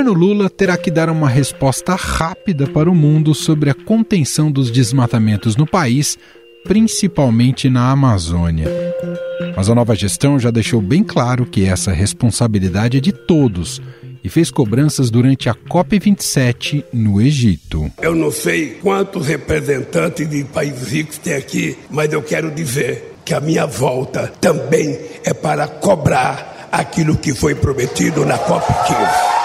governo Lula terá que dar uma resposta rápida para o mundo sobre a contenção dos desmatamentos no país, principalmente na Amazônia. Mas a nova gestão já deixou bem claro que essa responsabilidade é de todos e fez cobranças durante a COP27 no Egito. Eu não sei quantos representantes de países ricos tem aqui, mas eu quero dizer que a minha volta também é para cobrar aquilo que foi prometido na COP15.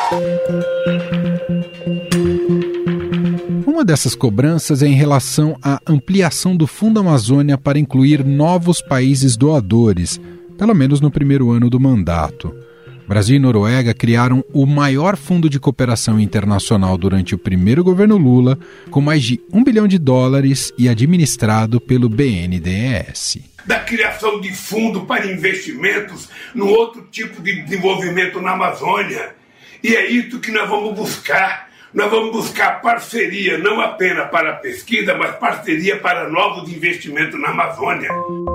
Uma dessas cobranças é em relação à ampliação do Fundo Amazônia para incluir novos países doadores, pelo menos no primeiro ano do mandato. Brasil e Noruega criaram o maior fundo de cooperação internacional durante o primeiro governo Lula, com mais de $1 bilhão e administrado pelo BNDES. Da criação de fundo para investimentos no outro tipo de desenvolvimento na Amazônia. E é isso que nós vamos buscar. Nós vamos buscar parceria, não apenas para a pesquisa, mas parceria para novos investimentos na Amazônia.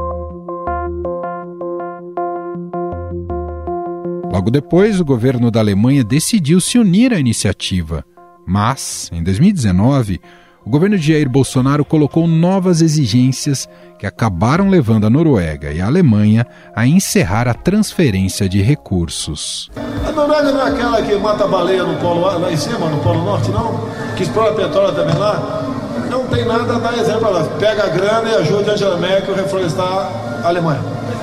Logo depois, o governo da Alemanha decidiu se unir à iniciativa. Mas, em 2019, o governo de Jair Bolsonaro colocou novas exigências que acabaram levando a Noruega e a Alemanha a encerrar a transferência de recursos. A Noruega não é aquela que mata a baleia no polo, lá em cima, no Polo Norte, não? Que explora petróleo também lá? Não tem nada a dar exemplo para lá. Pega a grana e ajuda a Angela Merkel a reflorestar a Alemanha.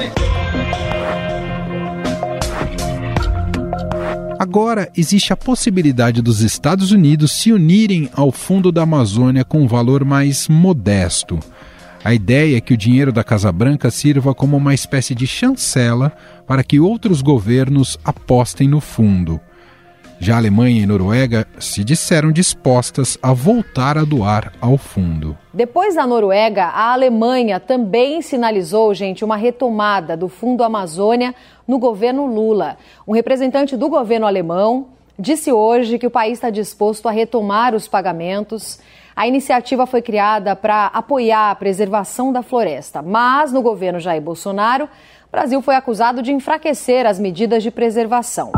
Agora, existe a possibilidade dos Estados Unidos se unirem ao Fundo da Amazônia com um valor mais modesto. A ideia é que o dinheiro da Casa Branca sirva como uma espécie de chancela para que outros governos apostem no fundo. Já a Alemanha e a Noruega se disseram dispostas a voltar a doar ao fundo. Depois da Noruega, a Alemanha também sinalizou, uma retomada do Fundo Amazônia no governo Lula. Um representante do governo alemão disse hoje que o país está disposto a retomar os pagamentos. A iniciativa foi criada para apoiar a preservação da floresta, mas no governo Jair Bolsonaro, o Brasil foi acusado de enfraquecer as medidas de preservação.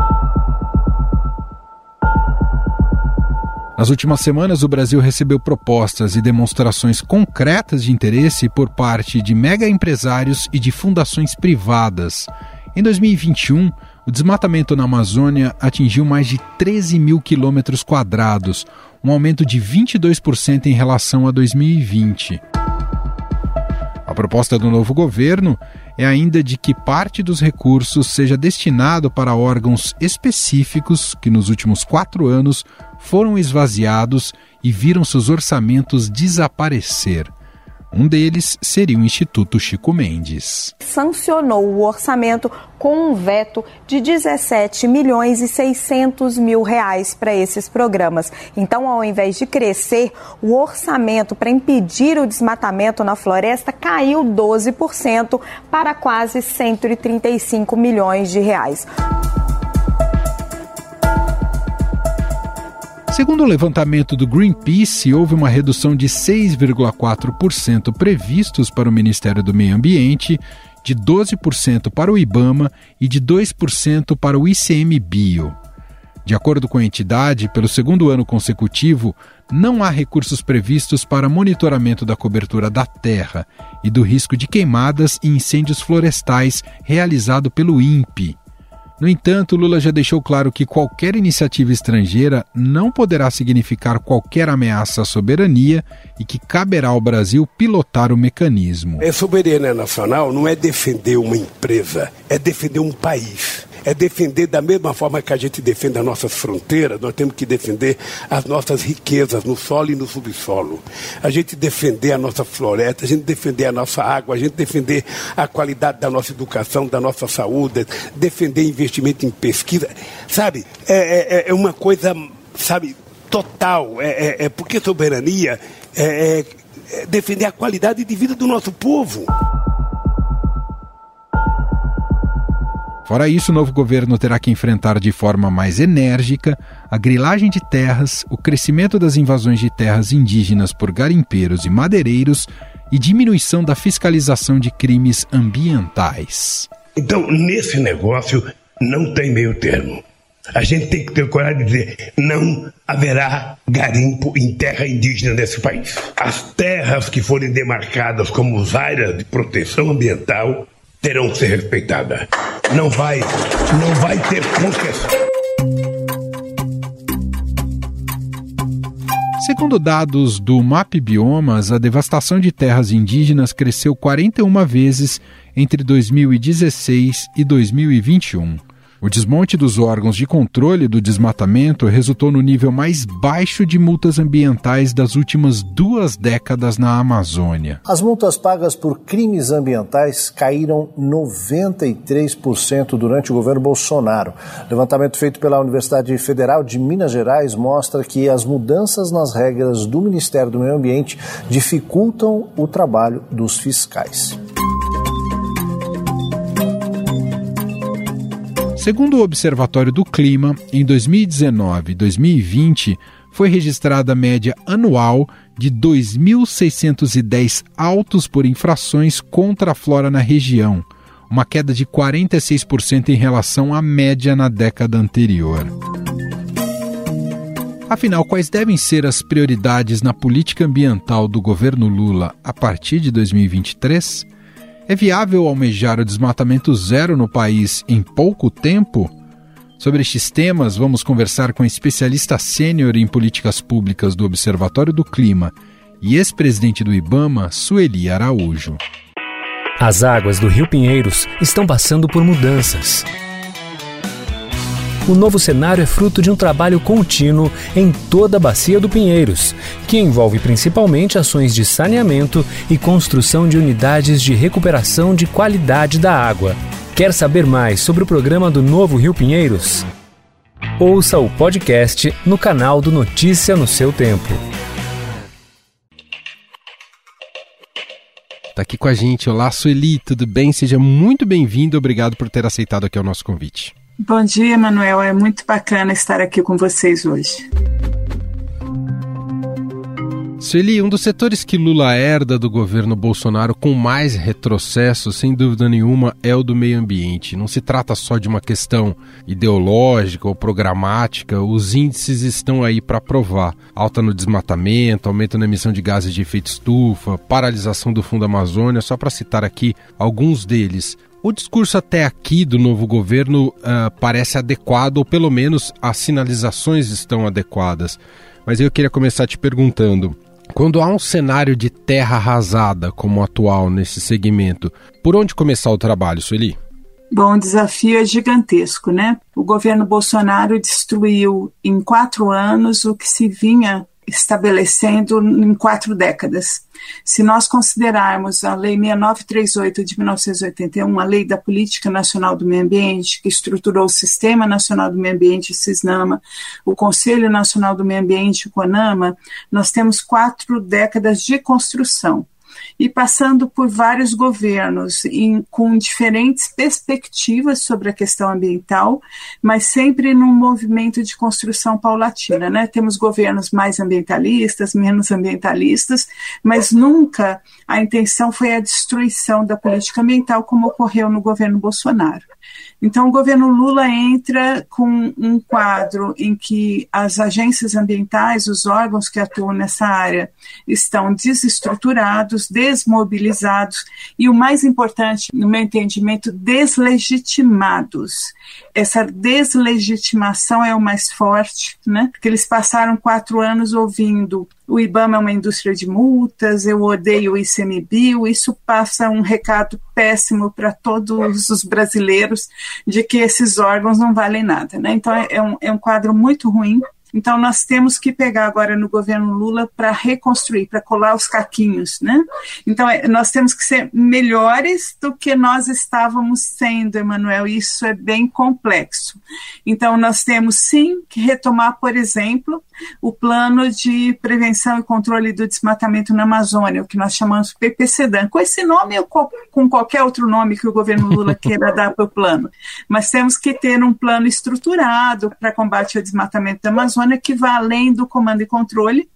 Nas últimas semanas, o Brasil recebeu propostas e demonstrações concretas de interesse por parte de mega empresários e de fundações privadas. Em 2021, o desmatamento na Amazônia atingiu mais de 13 mil quilômetros quadrados, um aumento de 22% em relação a 2020. A proposta do novo governo é ainda de que parte dos recursos seja destinado para órgãos específicos que nos últimos 4 anos foram esvaziados e viram seus orçamentos desaparecer. Um deles seria o Instituto Chico Mendes. Sancionou o orçamento com um veto de 17 milhões e 600 mil reais para esses programas. Então, ao invés de crescer, o orçamento para impedir o desmatamento na floresta caiu 12% para quase 135 milhões de reais. Segundo o levantamento do Greenpeace, houve uma redução de 6,4% previstos para o Ministério do Meio Ambiente, de 12% para o IBAMA e de 2% para o ICMBio. De acordo com a entidade, pelo segundo ano consecutivo, não há recursos previstos para monitoramento da cobertura da terra e do risco de queimadas e incêndios florestais realizado pelo INPE. No entanto, Lula já deixou claro que qualquer iniciativa estrangeira não poderá significar qualquer ameaça à soberania e que caberá ao Brasil pilotar o mecanismo. Soberania nacional não é defender uma empresa, é defender um país. É defender da mesma forma que a gente defende as nossas fronteiras, nós temos que defender as nossas riquezas no solo e no subsolo. A gente defender a nossa floresta, a gente defender a nossa água, a gente defender a qualidade da nossa educação, da nossa saúde, defender investimento em pesquisa. Sabe, é uma coisa, sabe, total. Porque soberania é defender a qualidade de vida do nosso povo. Fora isso, o novo governo terá que enfrentar de forma mais enérgica a grilagem de terras, o crescimento das invasões de terras indígenas por garimpeiros e madeireiros e diminuição da fiscalização de crimes ambientais. Então, nesse negócio, não tem meio termo. A gente tem que ter coragem de dizer: não haverá garimpo em terra indígena nesse país. As terras que forem demarcadas como áreas de proteção ambiental terão que ser respeitadas. Não vai ter concessão. Segundo dados do MAP Biomas, a devastação de terras indígenas cresceu 41 vezes entre 2016 e 2021. O desmonte dos órgãos de controle do desmatamento resultou no nível mais baixo de multas ambientais das últimas 2 décadas na Amazônia. As multas pagas por crimes ambientais caíram 93% durante o governo Bolsonaro. O levantamento feito pela Universidade Federal de Minas Gerais mostra que as mudanças nas regras do Ministério do Meio Ambiente dificultam o trabalho dos fiscais. Segundo o Observatório do Clima, em 2019 e 2020 foi registrada a média anual de 2.610 autos por infrações contra a flora na região, uma queda de 46% em relação à média na década anterior. Afinal, quais devem ser as prioridades na política ambiental do governo Lula a partir de 2023? É viável almejar o desmatamento zero no país em pouco tempo? Sobre estes temas, vamos conversar com a especialista sênior em políticas públicas do Observatório do Clima e ex-presidente do IBAMA, Sueli Araújo. As águas do Rio Pinheiros estão passando por mudanças. O novo cenário é fruto de um trabalho contínuo em toda a bacia do Pinheiros, que envolve principalmente ações de saneamento e construção de unidades de recuperação de qualidade da água. Quer saber mais sobre o programa do Novo Rio Pinheiros? Ouça o podcast no canal do Notícia no Seu Tempo. Está aqui com a gente. Olá, Sueli, tudo bem? Seja muito bem-vindo. Obrigado por ter aceitado aqui o nosso convite. Bom dia, Manuel. É muito bacana estar aqui com vocês hoje. Sueli, um dos setores que Lula herda do governo Bolsonaro com mais retrocesso, sem dúvida nenhuma, é o do meio ambiente. Não se trata só de uma questão ideológica ou programática, os índices estão aí para provar. Alta no desmatamento, aumento na emissão de gases de efeito estufa, paralisação do Fundo Amazônia, só para citar aqui alguns deles. O discurso até aqui do novo governo parece adequado, ou pelo menos as sinalizações estão adequadas. Mas eu queria começar te perguntando, quando há um cenário de terra arrasada como o atual nesse segmento, por onde começar o trabalho, Sueli? Bom, o desafio é gigantesco, né? O governo Bolsonaro destruiu em 4 anos o que se vinha estabelecendo em 4 décadas. Se nós considerarmos a Lei 6938 de 1981, a Lei da Política Nacional do Meio Ambiente, que estruturou o Sistema Nacional do Meio Ambiente, SISNAMA, o Conselho Nacional do Meio Ambiente, o CONAMA, nós temos 4 décadas de construção. E passando por vários governos com diferentes perspectivas sobre a questão ambiental, mas sempre num movimento de construção paulatina, né? Temos governos mais ambientalistas, menos ambientalistas, mas nunca a intenção foi a destruição da política ambiental como ocorreu no governo Bolsonaro. Então, o governo Lula entra com um quadro em que as agências ambientais, os órgãos que atuam nessa área, estão desestruturados, desmobilizados e, o mais importante, no meu entendimento, deslegitimados. Essa deslegitimação é o mais forte, né? Porque eles passaram 4 anos ouvindo: o IBAMA é uma indústria de multas, eu odeio o ICMBio. Isso passa um recado péssimo para todos os brasileiros de que esses órgãos não valem nada, né? Então é um quadro muito ruim. Então nós temos que pegar agora no governo Lula para reconstruir, para colar os caquinhos, né? Então nós temos que ser melhores do que nós estávamos sendo, Emanuel, e isso é bem complexo. Então nós temos sim que retomar, por exemplo, o plano de prevenção e controle do desmatamento na Amazônia, o que nós chamamos de PPCDAM, com esse nome ou com qualquer outro nome que o governo Lula queira dar para o plano. Mas temos que ter um plano estruturado para combate ao desmatamento da Amazônia que vá além do comando e controle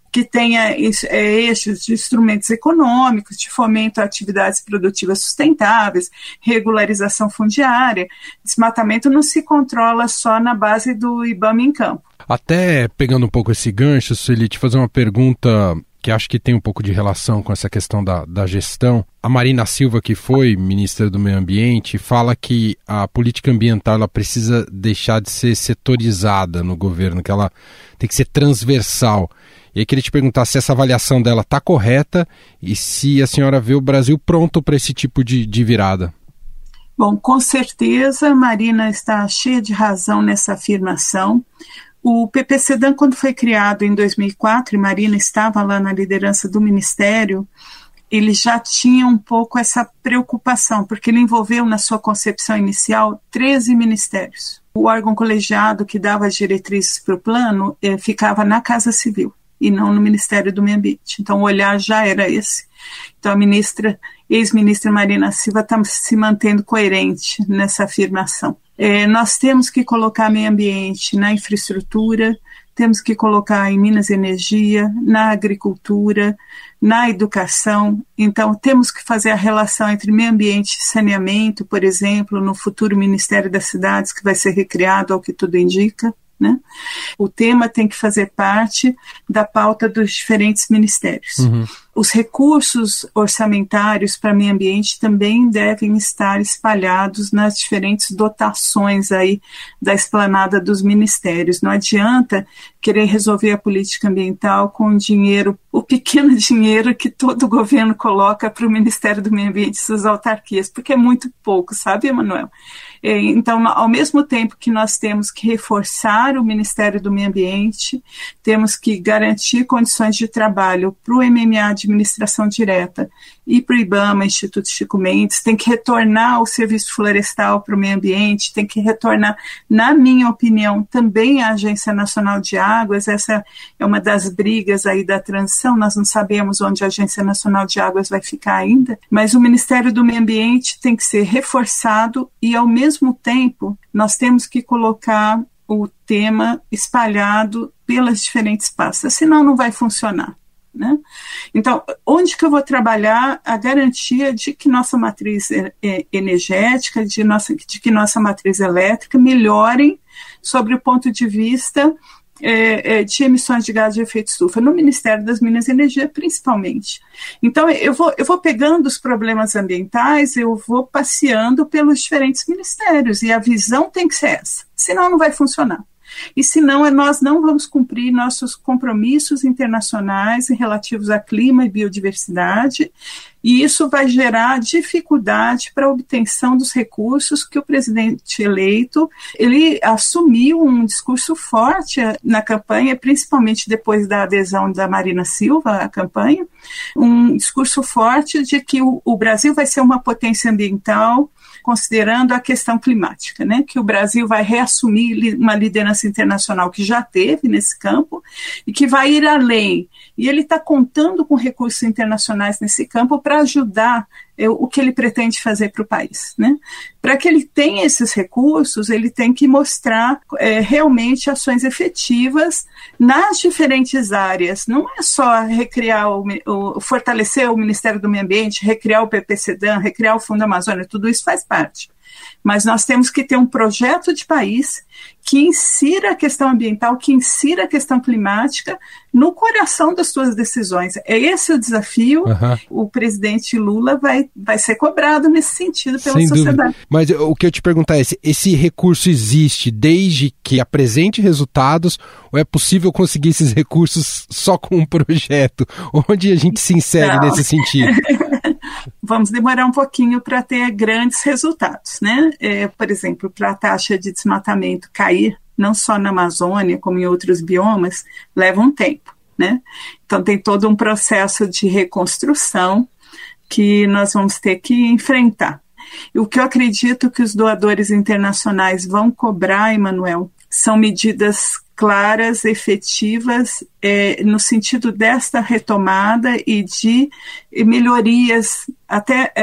que tenha eixos de instrumentos econômicos, de fomento a atividades produtivas sustentáveis, regularização fundiária. Desmatamento não se controla só na base do IBAMA em campo. Até pegando um pouco esse gancho, Sueli, te fazer uma pergunta que acho que tem um pouco de relação com essa questão da gestão. A Marina Silva, que foi ministra do Meio Ambiente, fala que a política ambiental ela precisa deixar de ser setorizada no governo, que ela tem que ser transversal. E aí queria te perguntar se essa avaliação dela está correta e se a senhora vê o Brasil pronto para esse tipo de virada. Bom, com certeza a Marina está cheia de razão nessa afirmação. O PPCDAN, quando foi criado em 2004, e Marina estava lá na liderança do Ministério, ele já tinha um pouco essa preocupação, porque ele envolveu na sua concepção inicial 13 ministérios. O órgão colegiado que dava as diretrizes para o plano ficava na Casa Civil e não no Ministério do Meio Ambiente. Então o olhar já era esse. Então a ex-ministra Marina Silva está se mantendo coerente nessa afirmação. Nós temos que colocar meio ambiente na infraestrutura, temos que colocar em Minas e Energia, na agricultura, na educação. Então, temos que fazer a relação entre meio ambiente e saneamento, por exemplo, no futuro Ministério das Cidades, que vai ser recriado, ao que tudo indica, né? O tema tem que fazer parte da pauta dos diferentes ministérios. Uhum. Os recursos orçamentários para meio ambiente também devem estar espalhados nas diferentes dotações aí da esplanada dos ministérios. Não adianta querer resolver a política ambiental com dinheiro, o pequeno dinheiro que todo governo coloca para o Ministério do Meio Ambiente e suas autarquias, porque é muito pouco, sabe, Emanuel? Então, ao mesmo tempo que nós temos que reforçar o Ministério do Meio Ambiente, temos que garantir condições de trabalho para o MMA, Administração Direta, e para o IBAMA, Instituto Chico Mendes, tem que retornar o serviço florestal para o meio ambiente, tem que retornar, na minha opinião, também a Agência Nacional de Águas. Essa é uma das brigas aí da transição, nós não sabemos onde a Agência Nacional de Águas vai ficar ainda, mas o Ministério do Meio Ambiente tem que ser reforçado e, ao mesmo tempo, nós temos que colocar o tema espalhado pelas diferentes pastas, senão não vai funcionar. Né? Então, onde que eu vou trabalhar a garantia de que nossa matriz energética, de que nossa matriz elétrica melhorem sobre o ponto de vista de emissões de gás de efeito estufa, no Ministério das Minas e Energia, principalmente. Então, eu vou pegando os problemas ambientais, eu vou passeando pelos diferentes ministérios, e a visão tem que ser essa, senão não vai funcionar. E senão nós não vamos cumprir nossos compromissos internacionais relativos a clima e biodiversidade, e isso vai gerar dificuldade para a obtenção dos recursos que o presidente eleito, ele assumiu um discurso forte na campanha, principalmente depois da adesão da Marina Silva à campanha, um discurso forte de que o Brasil vai ser uma potência ambiental, considerando a questão climática, né? Que o Brasil vai reassumir uma liderança internacional que já teve nesse campo e que vai ir além. E ele está contando com recursos internacionais nesse campo para ajudar o que ele pretende fazer para o país, né? Para que ele tenha esses recursos, ele tem que mostrar realmente ações efetivas nas diferentes áreas. Não é só fortalecer o Ministério do Meio Ambiente, recriar o PPCDAN, recriar o Fundo Amazônia, tudo isso faz parte. Mas nós temos que ter um projeto de país que insira a questão ambiental, que insira a questão climática no coração das suas decisões. É esse o desafio. Uhum. O presidente Lula vai ser cobrado nesse sentido pela sociedade. Dúvida. Mas o que eu te perguntar é, esse recurso existe desde que apresente resultados, ou é possível conseguir esses recursos só com um projeto? Onde a gente se insere nesse sentido? Vamos demorar um pouquinho para ter grandes resultados, né? Por exemplo, para a taxa de desmatamento cair, não só na Amazônia, como em outros biomas, leva um tempo, né? Então tem todo um processo de reconstrução que nós vamos ter que enfrentar. E o que eu acredito que os doadores internacionais vão cobrar, Emanuel, são medidas claras, efetivas, no sentido desta retomada e de melhorias, até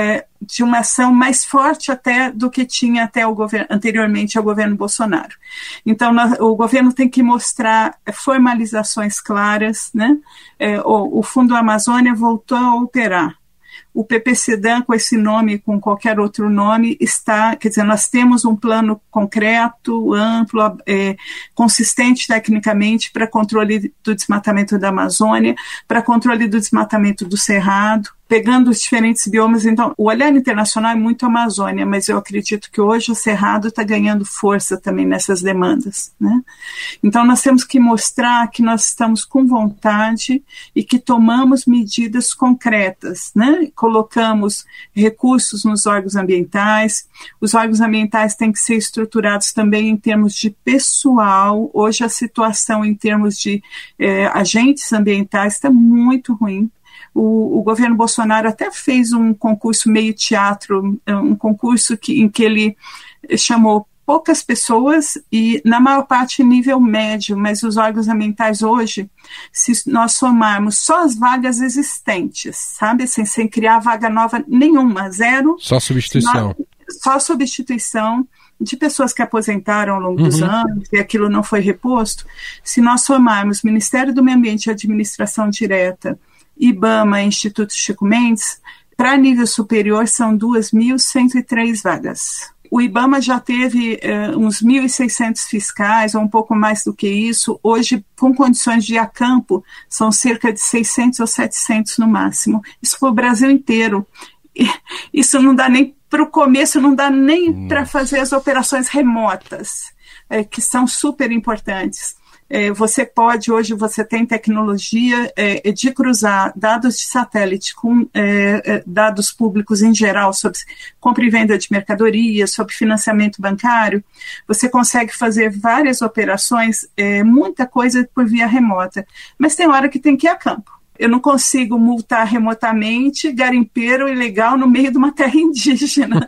de uma ação mais forte até do que tinha até anteriormente ao governo Bolsonaro. Então, o governo tem que mostrar formalizações claras, né? O Fundo Amazônia voltou a operar. O PPCDAN, com esse nome, com qualquer outro nome, quer dizer, nós temos um plano concreto, amplo, consistente tecnicamente para controle do desmatamento da Amazônia, para controle do desmatamento do Cerrado, pegando os diferentes biomas. Então, o olhar internacional é muito Amazônia, mas eu acredito que hoje o Cerrado está ganhando força também nessas demandas, né? Então, nós temos que mostrar que nós estamos com vontade e que tomamos medidas concretas, né? Colocamos recursos nos órgãos ambientais. Os órgãos ambientais têm que ser estruturados também em termos de pessoal. Hoje a situação em termos de agentes ambientais está muito ruim. O governo Bolsonaro até fez um concurso meio teatro, um concurso em que ele chamou poucas pessoas e, na maior parte, nível médio, mas os órgãos ambientais hoje, se nós somarmos só as vagas existentes, sabe, sem criar vaga nova nenhuma, zero. Só substituição. Só substituição de pessoas que aposentaram ao longo dos anos e aquilo não foi reposto. Se nós somarmos Ministério do Meio Ambiente e Administração Direta, IBAMA e Instituto Chico Mendes, para nível superior são 2.103 vagas. O IBAMA já teve uns 1.600 fiscais, ou um pouco mais do que isso. Hoje, com condições de ir a campo, são cerca de 600 ou 700 no máximo. Isso foi o Brasil inteiro. Isso não dá nem para o começo, não dá nem para fazer as operações remotas, que são super importantes. Hoje você tem tecnologia de cruzar dados de satélite com dados públicos em geral sobre compra e venda de mercadorias, sobre financiamento bancário. Você consegue fazer várias operações, muita coisa por via remota, mas tem hora que tem que ir a campo. Eu não consigo multar remotamente garimpeiro ilegal no meio de uma terra indígena.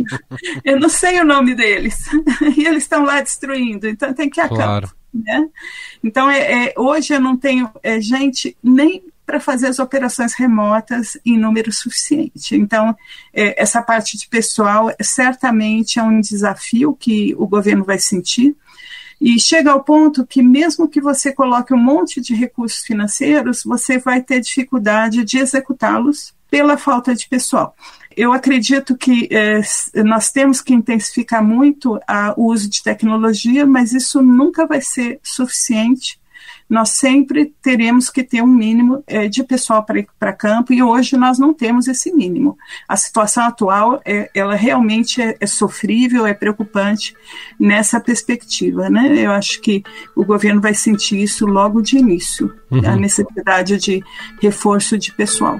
Eu não sei o nome deles. E eles estão lá destruindo, então tem que ir a campo. Né? Então, hoje eu não tenho gente nem para fazer as operações remotas em número suficiente. Então, essa parte de pessoal certamente é um desafio que o governo vai sentir. E chega ao ponto que mesmo que você coloque um monte de recursos financeiros, você vai ter dificuldade de executá-los pela falta de pessoal. Eu acredito que nós temos que intensificar muito o uso de tecnologia, mas isso nunca vai ser suficiente. Nós sempre teremos que ter um mínimo de pessoal para campo, e hoje nós não temos esse mínimo. A situação atual, ela realmente é sofrível, é preocupante nessa perspectiva, né? Eu acho que o governo vai sentir isso logo de início, a necessidade de reforço de pessoal.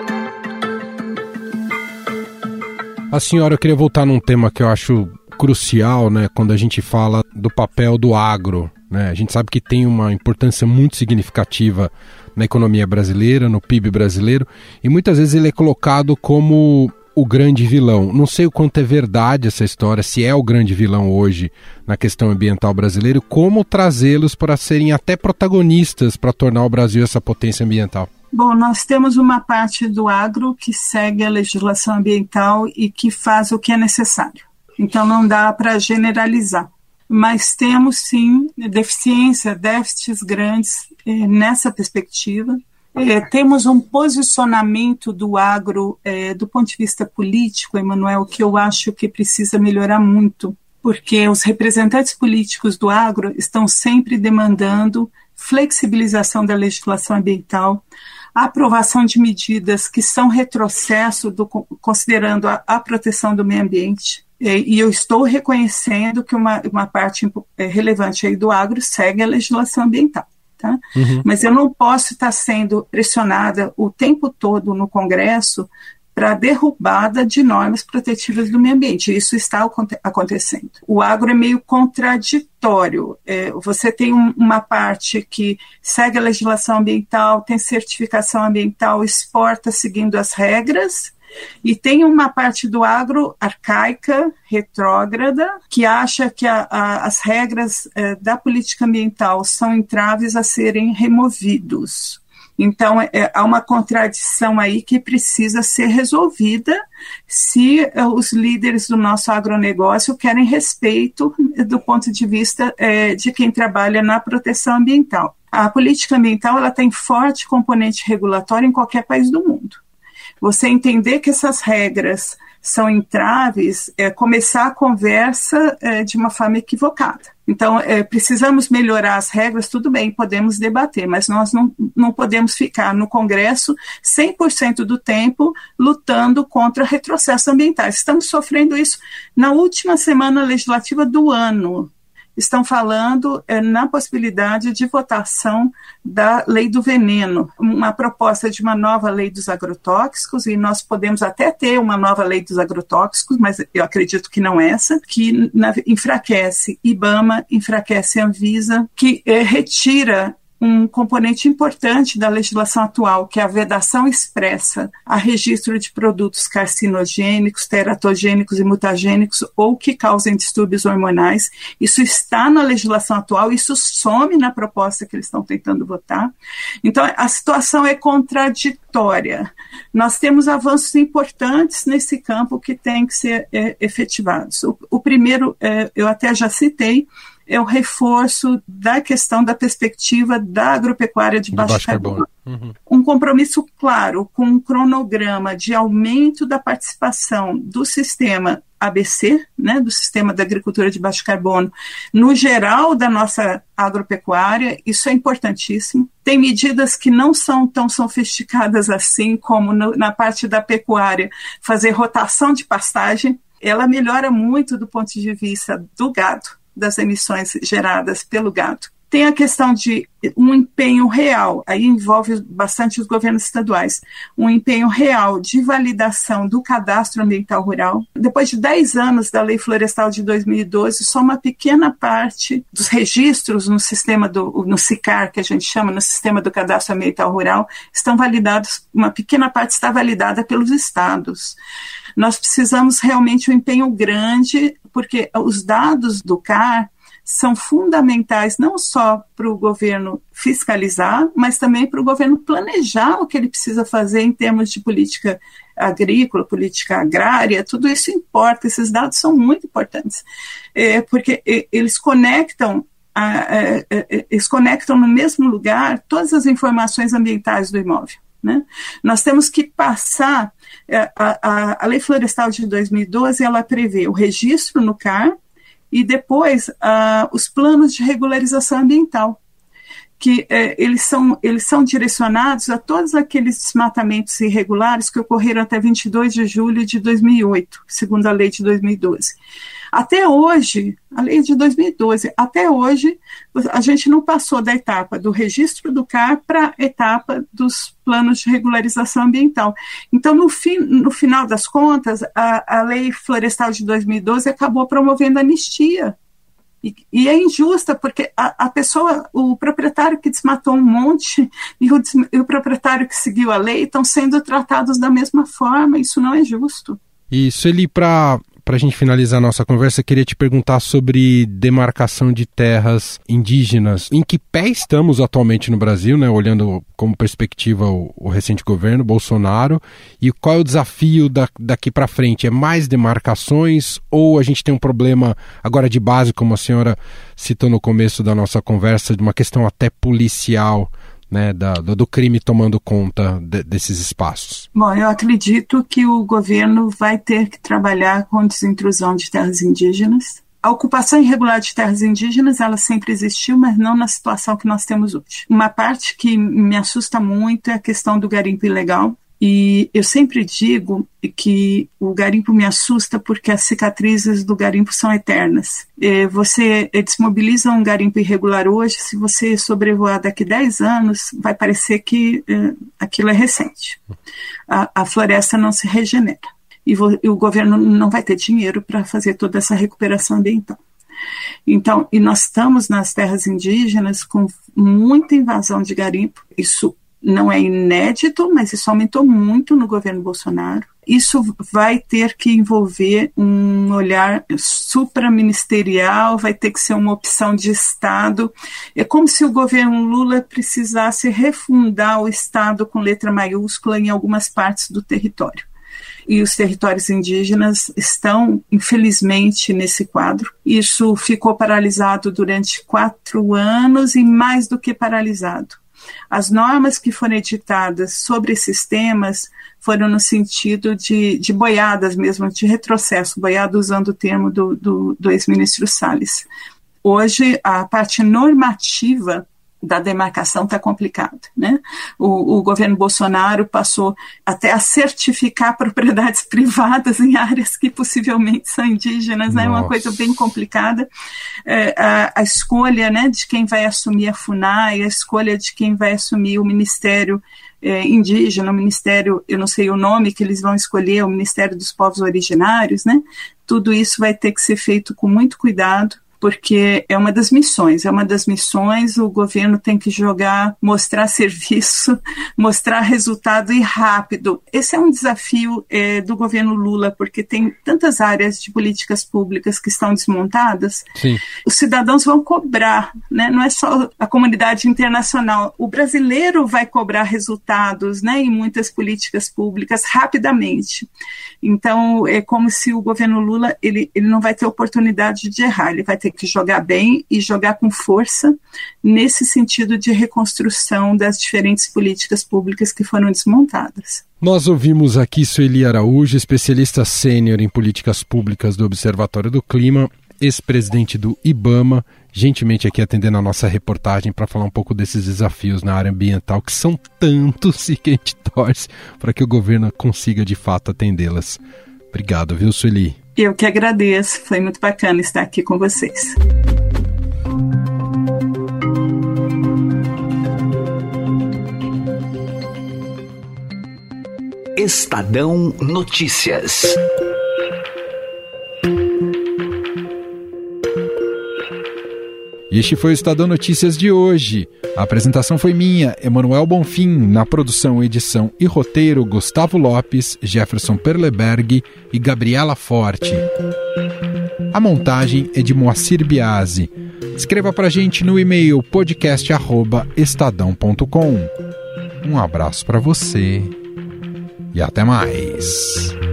A senhora, eu queria voltar num tema que eu acho crucial, né, quando a gente fala do papel do agro, né? A gente sabe que tem uma importância muito significativa na economia brasileira, no PIB brasileiro, e muitas vezes ele é colocado como o grande vilão. Não sei o quanto é verdade essa história, se é o grande vilão hoje na questão ambiental brasileira, como trazê-los para serem até protagonistas para tornar o Brasil essa potência ambiental. Bom, nós temos uma parte do agro que segue a legislação ambiental e que faz o que é necessário. Então, não dá para generalizar. Mas temos, sim, déficits grandes nessa perspectiva. Temos um posicionamento do agro do ponto de vista político, Emanuel, que eu acho que precisa melhorar muito, porque os representantes políticos do agro estão sempre demandando flexibilização da legislação ambiental, a aprovação de medidas que são retrocesso considerando a proteção do meio ambiente. E eu estou reconhecendo que uma parte relevante aí do agro segue a legislação ambiental. Tá? Mas eu não posso estar sendo pressionada o tempo todo no Congresso para a derrubada de normas protetivas do meio ambiente. Isso está acontecendo. O agro é meio contraditório. Você tem uma parte que segue a legislação ambiental, tem certificação ambiental, exporta seguindo as regras, e tem uma parte do agro arcaica, retrógrada, que acha que as regras da política ambiental são entraves a serem removidos. Então, há uma contradição aí que precisa ser resolvida se os líderes do nosso agronegócio querem respeito do ponto de vista de quem trabalha na proteção ambiental. A política ambiental ela tem forte componente regulatório em qualquer país do mundo. Você entender que essas regras são entraves, começar a conversa de uma forma equivocada. Então, precisamos melhorar as regras, tudo bem, podemos debater, mas nós não podemos ficar no Congresso 100% do tempo lutando contra retrocessos ambientais. Estamos sofrendo isso na última semana legislativa do ano. Estão falando na possibilidade de votação da lei do veneno, uma proposta de uma nova lei dos agrotóxicos, e nós podemos até ter uma nova lei dos agrotóxicos, mas eu acredito que não essa, que enfraquece IBAMA, enfraquece Anvisa, que retira um componente importante da legislação atual, que é a vedação expressa a registro de produtos carcinogênicos, teratogênicos e mutagênicos ou que causem distúrbios hormonais. Isso está na legislação atual, isso some na proposta que eles estão tentando votar. Então, a situação é contraditória. Nós temos avanços importantes nesse campo que têm que ser efetivados. O primeiro, eu até já citei, é o reforço da questão da perspectiva da agropecuária de baixo carbono. Uhum. Um compromisso claro com um cronograma de aumento da participação do sistema ABC, né, do sistema da agricultura de baixo carbono, no geral da nossa agropecuária, isso é importantíssimo. Tem medidas que não são tão sofisticadas assim, como na parte da pecuária, fazer rotação de pastagem. Ela melhora muito do ponto de vista do gado, das emissões geradas pelo gado. Tem a questão de um empenho real, aí envolve bastante os governos estaduais, um empenho real de validação do cadastro ambiental rural. Depois de 10 anos da Lei Florestal de 2012, só uma pequena parte dos registros no sistema no SICAR, que a gente chama, no sistema do cadastro ambiental rural, estão validados, uma pequena parte está validada pelos estados. Nós precisamos realmente de um empenho grande, porque os dados do CAR são fundamentais não só para o governo fiscalizar, mas também para o governo planejar o que ele precisa fazer em termos de política agrícola, política agrária, tudo isso importa, esses dados são muito importantes, porque eles conectam no mesmo lugar todas as informações ambientais do imóvel. Né? Nós temos que passar, a Lei Florestal de 2012, ela prevê o registro no CAR e depois os planos de regularização ambiental, que eles são direcionados a todos aqueles desmatamentos irregulares que ocorreram até 22 de julho de 2008, segundo a lei de 2012. Até hoje, a lei de 2012, até hoje, a gente não passou da etapa do registro do CAR para a etapa dos planos de regularização ambiental. Então, no final das contas, a lei florestal de 2012 acabou promovendo anistia. E é injusta, porque a pessoa, o proprietário que desmatou um monte e o proprietário que seguiu a lei estão sendo tratados da mesma forma, isso não é justo. E, Sueli, para a gente finalizar a nossa conversa, eu queria te perguntar sobre demarcação de terras indígenas. Em que pé estamos atualmente no Brasil, né, olhando como perspectiva o recente governo Bolsonaro, e qual é o desafio daqui para frente? É mais demarcações ou a gente tem um problema agora de base, como a senhora citou no começo da nossa conversa, de uma questão até policial, né, do crime tomando conta desses espaços? Bom, eu acredito que o governo vai ter que trabalhar com desintrusão de terras indígenas. A ocupação irregular de terras indígenas, ela sempre existiu, mas não na situação que nós temos hoje. Uma parte que me assusta muito é a questão do garimpo ilegal. E eu sempre digo que o garimpo me assusta porque as cicatrizes do garimpo são eternas. Você desmobiliza um garimpo irregular hoje, se você sobrevoar daqui 10 anos, vai parecer que aquilo é recente. A floresta não se regenera. E o governo não vai ter dinheiro para fazer toda essa recuperação ambiental. Então, e nós estamos nas terras indígenas com muita invasão de garimpo. Isso não é inédito, mas isso aumentou muito no governo Bolsonaro. Isso vai ter que envolver um olhar supraministerial, vai ter que ser uma opção de Estado. É como se o governo Lula precisasse refundar o Estado com letra maiúscula em algumas partes do território. E os territórios indígenas estão, infelizmente, nesse quadro. Isso ficou paralisado durante 4 anos e mais do que paralisado. As normas que foram editadas sobre esses temas foram no sentido de boiadas mesmo, de retrocesso, boiada usando o termo do ex-ministro Salles. Hoje, a parte normativa da demarcação está complicada, né? O governo Bolsonaro passou até a certificar propriedades privadas em áreas que possivelmente são indígenas, né? Uma coisa bem complicada. A escolha, né, de quem vai assumir a FUNAI, a escolha de quem vai assumir o Ministério indígena, o Ministério, eu não sei o nome que eles vão escolher, o Ministério dos Povos Originários, né? Tudo isso vai ter que ser feito com muito cuidado, porque é uma das missões, o governo tem que mostrar serviço, mostrar resultado e rápido. Esse é um desafio do governo Lula, porque tem tantas áreas de políticas públicas que estão desmontadas. Sim. Os cidadãos vão cobrar, né? Não é só a comunidade internacional, o brasileiro vai cobrar resultados, né, em muitas políticas públicas rapidamente. Então, é como se o governo Lula ele não vai ter oportunidade de errar, ele vai ter que jogar bem e jogar com força nesse sentido de reconstrução das diferentes políticas públicas que foram desmontadas. Nós ouvimos aqui Sueli Araújo, especialista sênior em políticas públicas do Observatório do Clima, ex-presidente do IBAMA, gentilmente aqui atendendo a nossa reportagem para falar um pouco desses desafios na área ambiental, que são tantos e que a gente torce para que o governo consiga de fato atendê-las. Obrigado, viu, Sueli? Eu que agradeço, foi muito bacana estar aqui com vocês. Estadão Notícias. E este foi o Estadão Notícias de hoje. A apresentação foi minha, Emanuel Bonfim, na produção, edição e roteiro, Gustavo Lopes, Jefferson Perleberg e Gabriela Forte. A montagem é de Moacir Biasi. Escreva pra gente no e-mail podcast@estadão.com. Um abraço pra você e até mais.